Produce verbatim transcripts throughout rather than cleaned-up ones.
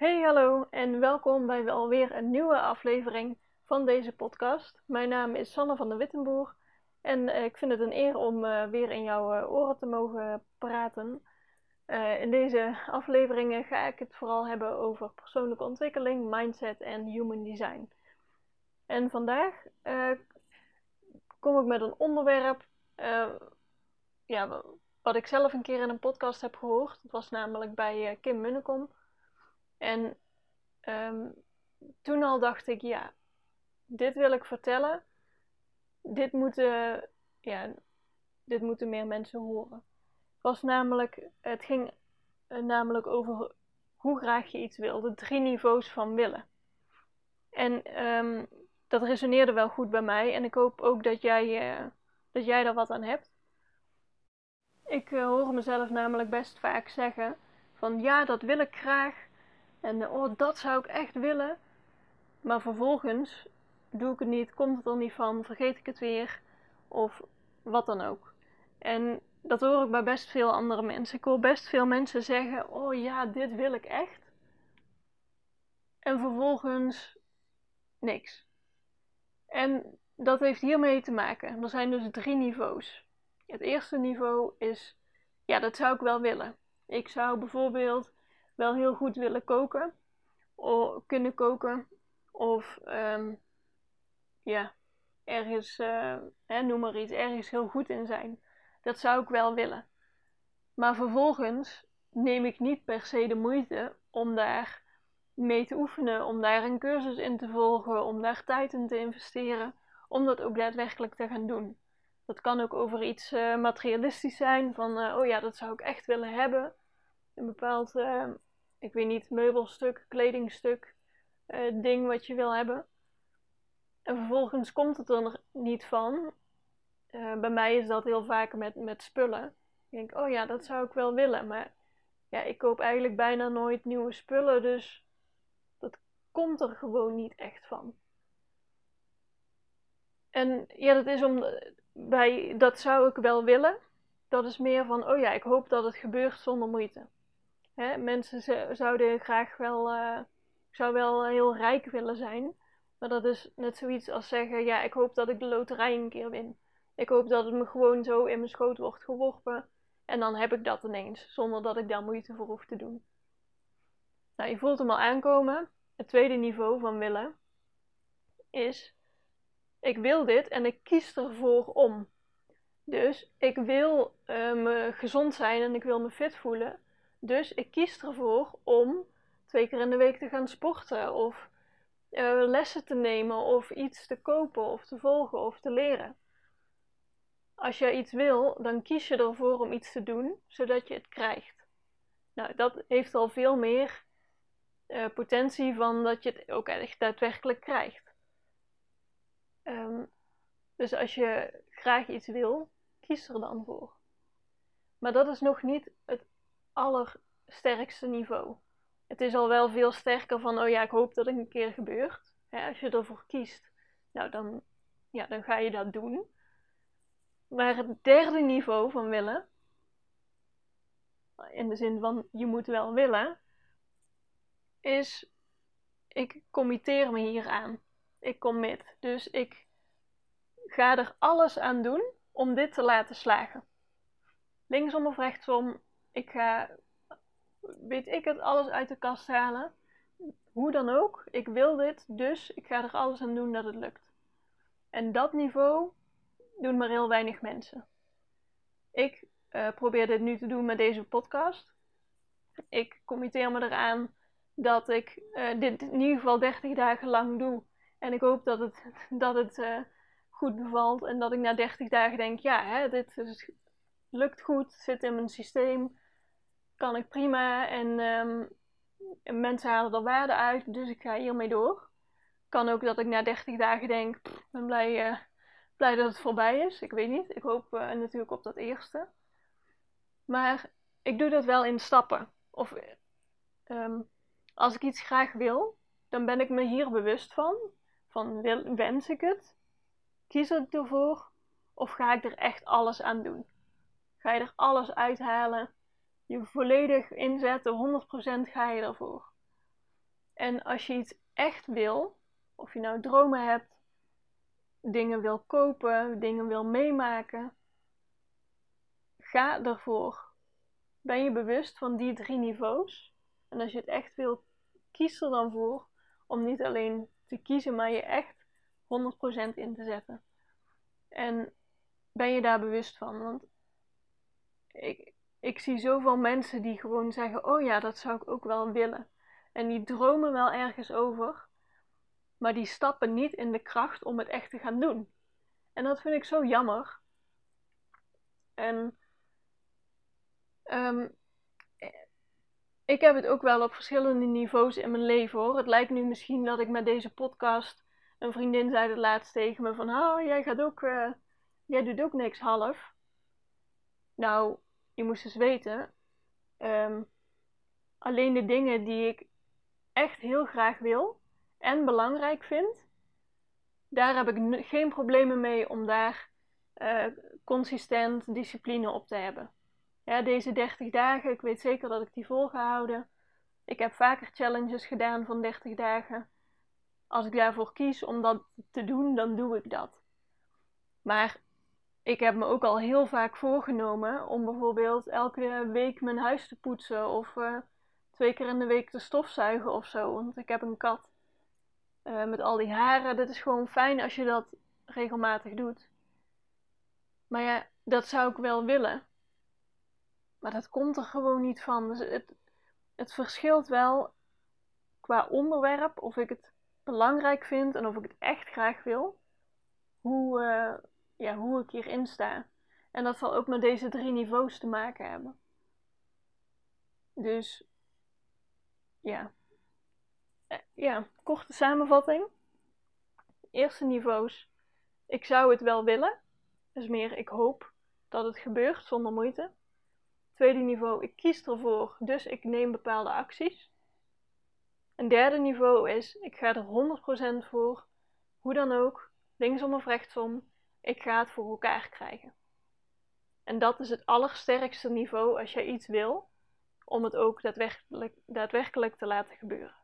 Hey, hallo en welkom bij alweer een nieuwe aflevering van deze podcast. Mijn naam is Sanne van der Wittenboer en uh, ik vind het een eer om uh, weer in jouw uh, oren te mogen praten. Uh, in deze afleveringen ga ik het vooral hebben over persoonlijke ontwikkeling, mindset en human design. En vandaag uh, kom ik met een onderwerp uh, ja, wat ik zelf een keer in een podcast heb gehoord. Het was namelijk bij uh, Kim Munnekom. En um, toen al dacht ik, ja, dit wil ik vertellen. Dit moeten, ja, dit moeten meer mensen horen. Het, was namelijk, het ging uh, namelijk over hoe graag je iets wil. De drie niveaus van willen. En um, dat resoneerde wel goed bij mij. En ik hoop ook dat jij, uh, dat jij daar wat aan hebt. Ik uh, hoor mezelf namelijk best vaak zeggen van ja, dat wil ik graag. En oh, dat zou ik echt willen. Maar vervolgens doe ik het niet, komt het er niet van, vergeet ik het weer. Of wat dan ook. En dat hoor ik bij best veel andere mensen. Ik hoor best veel mensen zeggen, oh ja, dit wil ik echt. En vervolgens niks. En dat heeft hiermee te maken. Er zijn dus drie niveaus. Het eerste niveau is, ja, dat zou ik wel willen. Ik zou bijvoorbeeld wel heel goed willen koken. Of kunnen koken. Of, um, ja, ergens, uh, hè, noem maar iets, ergens heel goed in zijn. Dat zou ik wel willen. Maar vervolgens neem ik niet per se de moeite om daar mee te oefenen, om daar een cursus in te volgen, om daar tijd in te investeren, om dat ook daadwerkelijk te gaan doen. Dat kan ook over iets uh, materialistisch zijn, van uh, oh ja, dat zou ik echt willen hebben. Een bepaald, uh, ik weet niet, meubelstuk, kledingstuk, uh, ding wat je wil hebben. En vervolgens komt het er niet van. Uh, bij mij is dat heel vaak met, met spullen. Ik denk, oh ja, dat zou ik wel willen. Maar ja, ik koop eigenlijk bijna nooit nieuwe spullen. Dus dat komt er gewoon niet echt van. En ja, dat is om... Bij, dat zou ik wel willen. Dat is meer van, oh ja, ik hoop dat het gebeurt zonder moeite. Hè, mensen z- zouden graag wel... Uh, ik zou wel heel rijk willen zijn. Maar dat is net zoiets als zeggen, ja, ik hoop dat ik de loterij een keer win. Ik hoop dat het me gewoon zo in mijn schoot wordt geworpen. En dan heb ik dat ineens, zonder dat ik daar moeite voor hoef te doen. Nou, je voelt hem al aankomen. Het tweede niveau van willen is, ik wil dit en ik kies ervoor om. Dus ik wil uh, me gezond zijn en ik wil me fit voelen. Dus ik kies ervoor om twee keer in de week te gaan sporten of uh, lessen te nemen of iets te kopen of te volgen of te leren. Als je iets wil, dan kies je ervoor om iets te doen, zodat je het krijgt. Nou, dat heeft al veel meer uh, potentie van dat je het ook echt daadwerkelijk krijgt. Um, dus als je graag iets wil, kies er dan voor. Maar dat is nog niet het allersterkste niveau. Het is al wel veel sterker van, oh ja, ik hoop dat het een keer gebeurt. Ja, als je ervoor kiest, nou dan, ja, dan ga je dat doen. Maar het derde niveau van willen, in de zin van je moet wel willen, is ik committeer me hier aan. Ik commit. Dus ik ga er alles aan doen om dit te laten slagen. Linksom of rechtsom, ik ga, weet ik het, alles uit de kast halen. Hoe dan ook, ik wil dit, dus ik ga er alles aan doen dat het lukt. En dat niveau doen maar heel weinig mensen. Ik uh, probeer dit nu te doen met deze podcast. Ik committeer me eraan dat ik uh, dit in ieder geval dertig dagen lang doe. En ik hoop dat het, dat het uh, goed bevalt en dat ik na dertig dagen denk, ja, hè, dit is, lukt goed, zit in mijn systeem, kan ik prima en um, mensen halen er waarde uit, dus ik ga hiermee door. Kan ook dat ik na dertig dagen denk, ik ben blij, uh, blij dat het voorbij is, ik weet niet. Ik hoop uh, natuurlijk op dat eerste. Maar ik doe dat wel in stappen. Of um, als ik iets graag wil, dan ben ik me hier bewust van. Van wil, wens ik het? Kies ik ervoor? Of ga ik er echt alles aan doen? Ga je er alles uithalen? Je volledig inzetten, honderd procent ga je ervoor. En als je iets echt wil, of je nou dromen hebt, dingen wil kopen, dingen wil meemaken, ga ervoor. Ben je bewust van die drie niveaus? En als je het echt wil, kies er dan voor om niet alleen te kiezen, maar je echt honderd procent in te zetten. En ben je daar bewust van? Want ik, ik zie zoveel mensen die gewoon zeggen, oh ja, dat zou ik ook wel willen. En die dromen wel ergens over, maar die stappen niet in de kracht om het echt te gaan doen. En dat vind ik zo jammer. En um, ik heb het ook wel op verschillende niveaus in mijn leven hoor. Het lijkt nu misschien dat ik met deze podcast, een vriendin zei het laatst tegen me van, oh, jij gaat ook, uh, jij doet ook niks half. Nou, je moest eens weten, um, alleen de dingen die ik echt heel graag wil en belangrijk vind, daar heb ik geen problemen mee om daar uh, consistent discipline op te hebben. Ja, deze dertig dagen, ik weet zeker dat ik die volgehouden. Ik heb vaker challenges gedaan van dertig dagen. Als ik daarvoor kies om dat te doen, dan doe ik dat. Maar ik heb me ook al heel vaak voorgenomen om bijvoorbeeld elke week mijn huis te poetsen of uh, twee keer in de week te stofzuigen of zo. Want ik heb een kat uh, met al die haren. Dat is gewoon fijn als je dat regelmatig doet. Maar ja, dat zou ik wel willen. Maar dat komt er gewoon niet van. Dus het, het verschilt wel qua onderwerp, of ik het belangrijk vind en of ik het echt graag wil, hoe, uh, ja, hoe ik hierin sta. En dat zal ook met deze drie niveaus te maken hebben. Dus, ja. Uh, ja, korte samenvatting. Eerste niveaus. Ik zou het wel willen. Dus meer, ik hoop dat het gebeurt zonder moeite. Tweede niveau, ik kies ervoor, dus ik neem bepaalde acties. Een derde niveau is, ik ga er honderd procent voor, hoe dan ook, linksom of rechtsom, ik ga het voor elkaar krijgen. En dat is het allersterkste niveau als jij iets wil, om het ook daadwerkelijk, daadwerkelijk te laten gebeuren.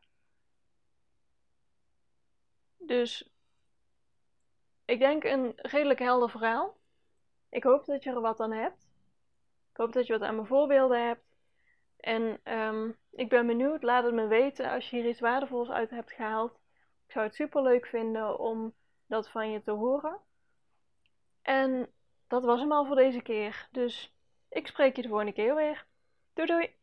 Dus, ik denk een redelijk helder verhaal. Ik hoop dat je er wat aan hebt. Ik hoop dat je wat aan mijn voorbeelden hebt. En um, ik ben benieuwd, laat het me weten als je hier iets waardevols uit hebt gehaald. Ik zou het super leuk vinden om dat van je te horen. En dat was hem al voor deze keer. Dus ik spreek je de volgende keer weer. Doei doei!